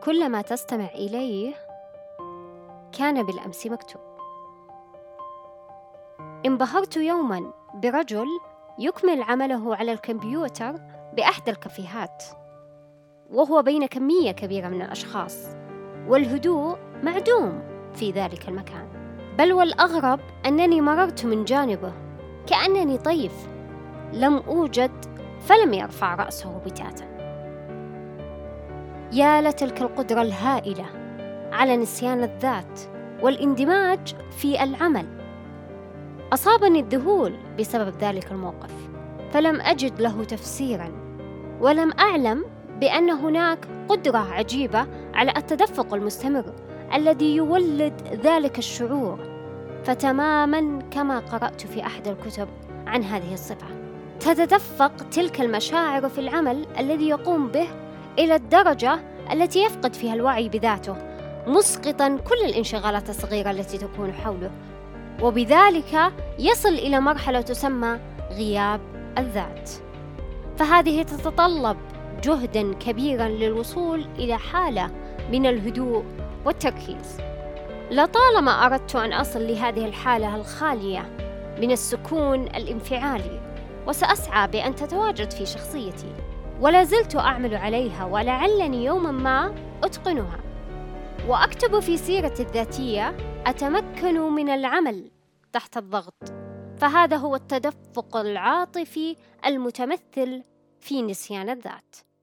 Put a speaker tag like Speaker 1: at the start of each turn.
Speaker 1: كل ما تستمع إليه كان بالأمس مكتوب. انبهرت يوماً برجل يكمل عمله على الكمبيوتر بأحدى الكافيهات، وهو بين كمية كبيرة من الأشخاص، والهدوء معدوم في ذلك المكان. بل والأغرب أنني مررت من جانبه كأنني ضيف، لم أوجد فلم يرفع رأسه بتاتا. يا لتلك القدرة الهائلة على نسيان الذات والاندماج في العمل. أصابني الذهول بسبب ذلك الموقف، فلم أجد له تفسيراً، ولم أعلم بأن هناك قدرة عجيبة على التدفق المستمر الذي يولد ذلك الشعور، فتماماً كما قرأت في أحد الكتب عن هذه الصفة، تتدفق تلك المشاعر في العمل الذي يقوم به إلى الدرجة التي يفقد فيها الوعي بذاته، مسقطاً كل الانشغالات الصغيرة التي تكون حوله، وبذلك يصل إلى مرحلة تسمى غياب الذات. فهذه تتطلب جهداً كبيراً للوصول إلى حالة من الهدوء والتركيز. لطالما أردت أن أصل لهذه الحالة الخالية من السكون الانفعالي، وسأسعى بأن تتواجد في شخصيتي، ولا زلت أعمل عليها، ولعلني يوماً ما أتقنها. وأكتب في سيرتي الذاتية: أتمكن من العمل تحت الضغط. فهذا هو التدفق العاطفي المتمثل في نسيان الذات.